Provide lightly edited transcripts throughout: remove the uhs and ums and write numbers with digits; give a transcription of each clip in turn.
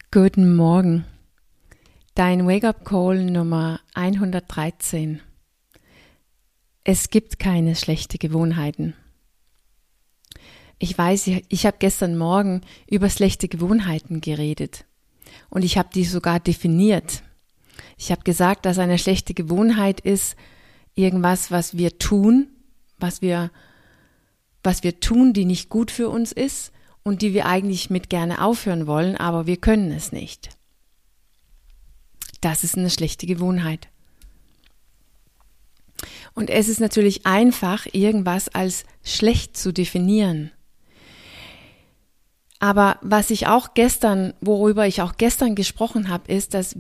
Guten Morgen, dein Wake-up-Call Nummer 113. Es gibt keine schlechten Gewohnheiten. Ich weiß, ich habe gestern Morgen über schlechte Gewohnheiten geredet und ich habe die sogar definiert. Ich habe gesagt, dass eine schlechte Gewohnheit ist irgendwas, was wir tun, die nicht gut für uns ist und die wir eigentlich mit gerne aufhören wollen, aber wir können es nicht. Das ist eine schlechte Gewohnheit. Und es ist natürlich einfach, irgendwas als schlecht zu definieren. Aber worüber ich auch gestern gesprochen habe, ist, dass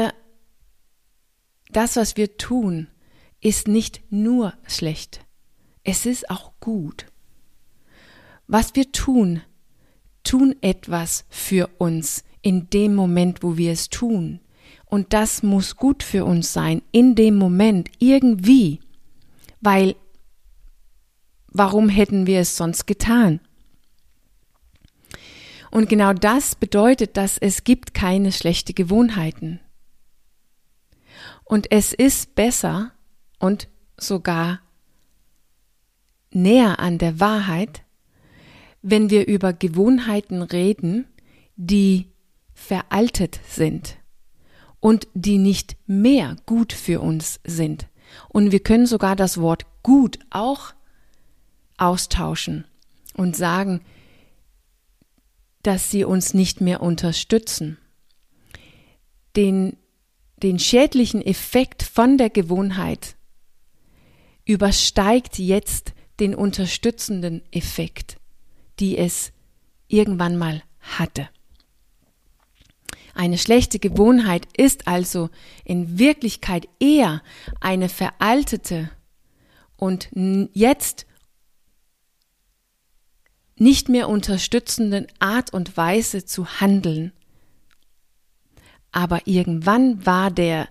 das, was wir tun, ist nicht nur schlecht. Es ist auch gut. Was wir tun etwas für uns in dem Moment, wo wir es tun. Und das muss gut für uns sein, in dem Moment, irgendwie. Weil, warum hätten wir es sonst getan? Und genau das bedeutet, dass es gibt keine schlechten Gewohnheiten. Und es ist besser und sogar näher an der Wahrheit, wenn wir über Gewohnheiten reden, die veraltet sind und die nicht mehr gut für uns sind. Und wir können sogar das Wort gut auch austauschen und sagen, dass sie uns nicht mehr unterstützen. Den schädlichen Effekt von der Gewohnheit übersteigt jetzt den unterstützenden Effekt, die es irgendwann mal hatte. Eine schlechte Gewohnheit ist also in Wirklichkeit eher eine veraltete und jetzt nicht mehr unterstützenden Art und Weise zu handeln. Aber irgendwann war der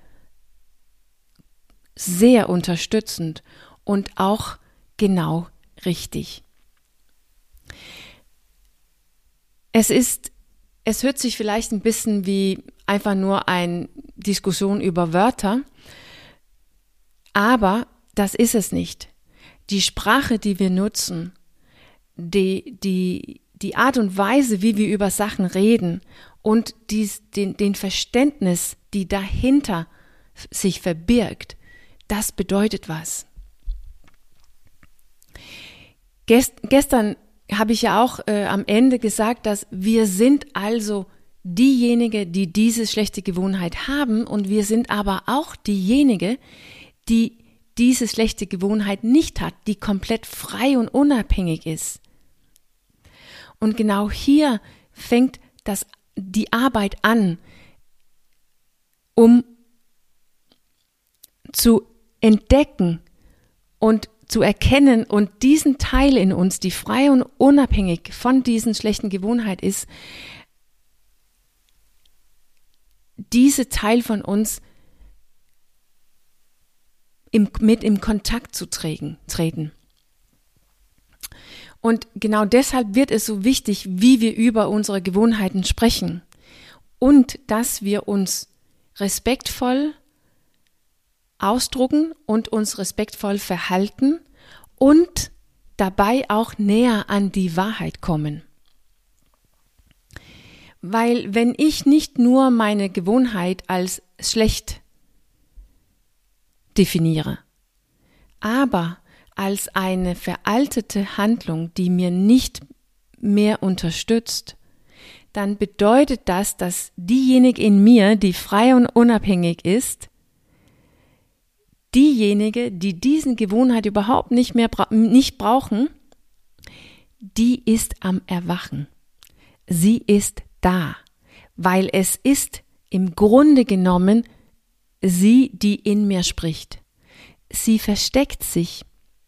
sehr unterstützend und auch genau richtig. Es hört sich vielleicht ein bisschen wie einfach nur eine Diskussion über Wörter, aber das ist es nicht. Die Sprache, die wir nutzen, die Art und Weise, wie wir über Sachen reden und den Verständnis, die dahinter sich verbirgt, das bedeutet was. Gestern habe ich ja auch am Ende gesagt, dass wir sind also diejenigen, die diese schlechte Gewohnheit haben und wir sind aber auch diejenigen, die diese schlechte Gewohnheit nicht hat, die komplett frei und unabhängig ist. Und genau hier fängt die Arbeit an, um zu entdecken und zu erkennen und diesen Teil in uns, die frei und unabhängig von diesen schlechten Gewohnheit ist, diese Teil von uns mit im Kontakt zu treten. Und genau deshalb wird es so wichtig, wie wir über unsere Gewohnheiten sprechen und dass wir uns respektvoll ausdrucken und uns respektvoll verhalten und dabei auch näher an die Wahrheit kommen. Weil wenn ich nicht nur meine Gewohnheit als schlecht definiere, aber als eine veraltete Handlung, die mir nicht mehr unterstützt, dann bedeutet das, dass diejenige in mir, die frei und unabhängig ist, diejenige, die diesen Gewohnheit überhaupt nicht brauchen, die ist am Erwachen. Sie ist da, weil es ist im Grunde genommen sie, die in mir spricht. Sie versteckt sich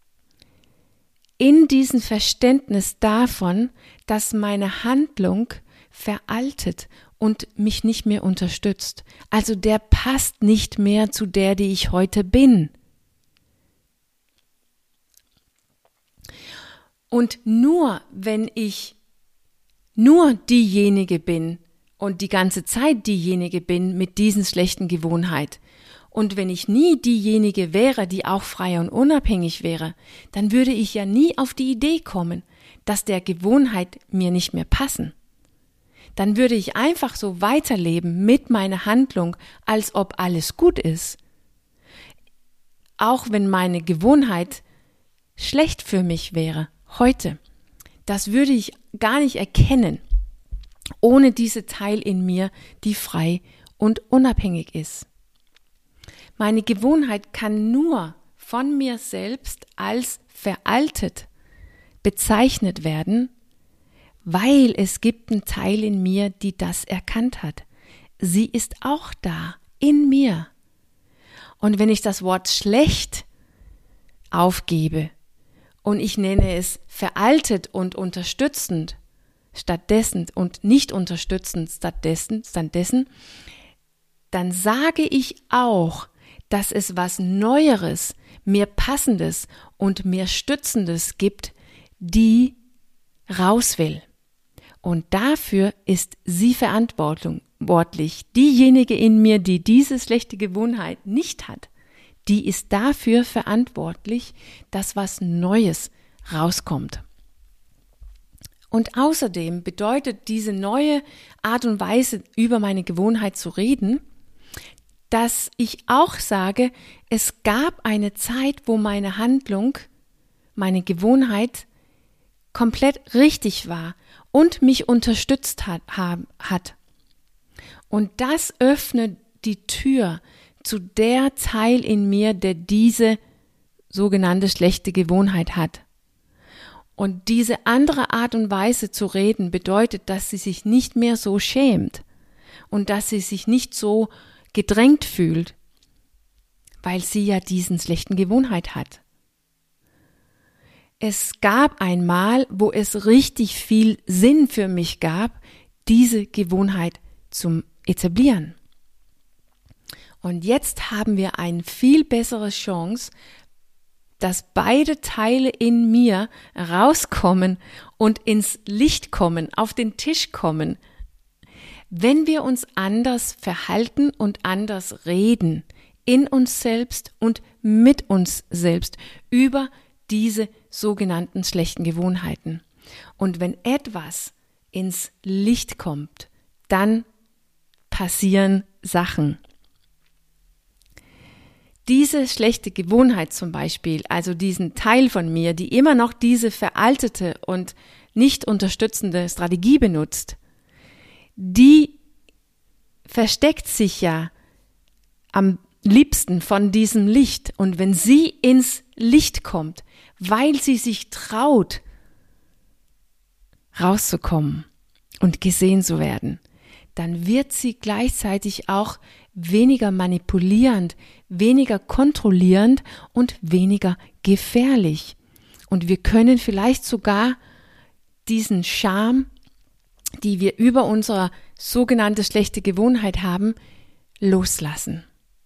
in diesem Verständnis davon, dass meine Handlung veraltet und mich nicht mehr unterstützt. Also der passt nicht mehr zu der, die ich heute bin. Und nur wenn ich nur diejenige bin und die ganze Zeit diejenige bin mit diesen schlechten Gewohnheiten. Und wenn ich nie diejenige wäre, die auch frei und unabhängig wäre, dann würde ich ja nie auf die Idee kommen, dass der Gewohnheit mir nicht mehr passen. Dann würde ich einfach so weiterleben mit meiner Handlung, als ob alles gut ist. Auch wenn meine Gewohnheit schlecht für mich wäre, heute, das würde ich gar nicht erkennen, ohne diese Teil in mir, die frei und unabhängig ist. Meine Gewohnheit kann nur von mir selbst als veraltet bezeichnet werden, weil es gibt einen Teil in mir, die das erkannt hat. Sie ist auch da, in mir. Und wenn ich das Wort schlecht aufgebe und ich nenne es veraltet und unterstützend stattdessen und nicht unterstützend stattdessen, dann sage ich auch, dass es was Neueres, mehr Passendes und mehr Stützendes gibt, die raus will. Und dafür ist sie verantwortlich. Diejenige in mir, die diese schlechte Gewohnheit nicht hat, die ist dafür verantwortlich, dass was Neues rauskommt. Und außerdem bedeutet diese neue Art und Weise, über meine Gewohnheit zu reden, dass ich auch sage, es gab eine Zeit, wo meine Handlung, meine Gewohnheit komplett richtig war und mich unterstützt hat. Und das öffnet die Tür zu der Teil in mir, der diese sogenannte schlechte Gewohnheit hat. Und diese andere Art und Weise zu reden bedeutet, dass sie sich nicht mehr so schämt und dass sie sich nicht so gedrängt fühlt, weil sie ja diesen schlechten Gewohnheit hat. Es gab einmal, wo es richtig viel Sinn für mich gab, diese Gewohnheit zu etablieren. Und jetzt haben wir eine viel bessere Chance, dass beide Teile in mir rauskommen und ins Licht kommen, auf den Tisch kommen, wenn wir uns anders verhalten und anders reden, in uns selbst und mit uns selbst über diese sogenannten schlechten Gewohnheiten. Und wenn etwas ins Licht kommt, dann passieren Sachen. Diese schlechte Gewohnheit zum Beispiel, also diesen Teil von mir, die immer noch diese veraltete und nicht unterstützende Strategie benutzt, die versteckt sich ja am liebsten von diesem Licht. Und wenn sie ins Licht kommt, weil sie sich traut, rauszukommen und gesehen zu werden, dann wird sie gleichzeitig auch weniger manipulierend, weniger kontrollierend und weniger gefährlich. Und wir können vielleicht sogar diesen Scham, die wir über unsere sogenannte schlechte Gewohnheit haben, loslassen.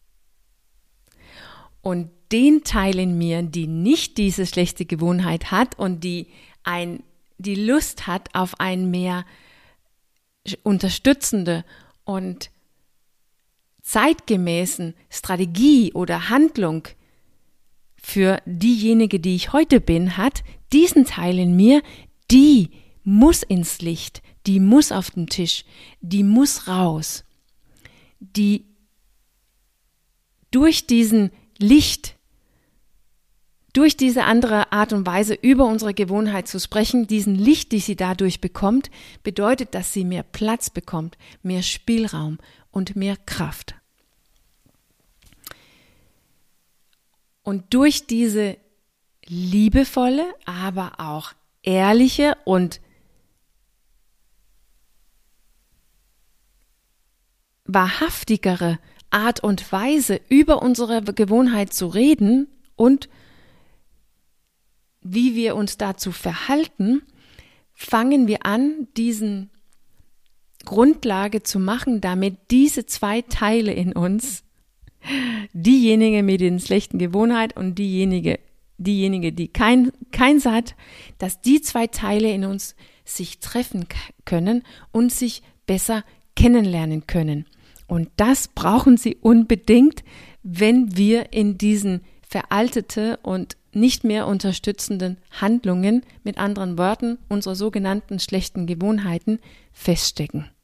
Und den Teil in mir, die nicht diese schlechte Gewohnheit hat und die Lust hat auf ein mehr unterstützende und zeitgemäßen Strategie oder Handlung für diejenige, die ich heute bin, hat, diesen Teil in mir, die muss ins Licht, die muss auf den Tisch, die muss raus. Die durch diesen Licht, durch diese andere Art und Weise über unsere Gewohnheit zu sprechen, diesen Licht, die sie dadurch bekommt, bedeutet, dass sie mehr Platz bekommt, mehr Spielraum und mehr Kraft. Und durch diese liebevolle, aber auch ehrliche und wahrhaftigere Art und Weise, über unsere Gewohnheit zu reden und wie wir uns dazu verhalten, fangen wir an, diesen Grundlage zu machen, damit diese zwei Teile in uns, diejenige mit den schlechten Gewohnheiten und diejenige, die keins hat, dass die zwei Teile in uns sich treffen können und sich besser kennenlernen können. Und das brauchen sie unbedingt, wenn wir in diesen veraltete und nicht mehr unterstützenden Handlungen, mit anderen Worten, unsere sogenannten schlechten Gewohnheiten, feststecken.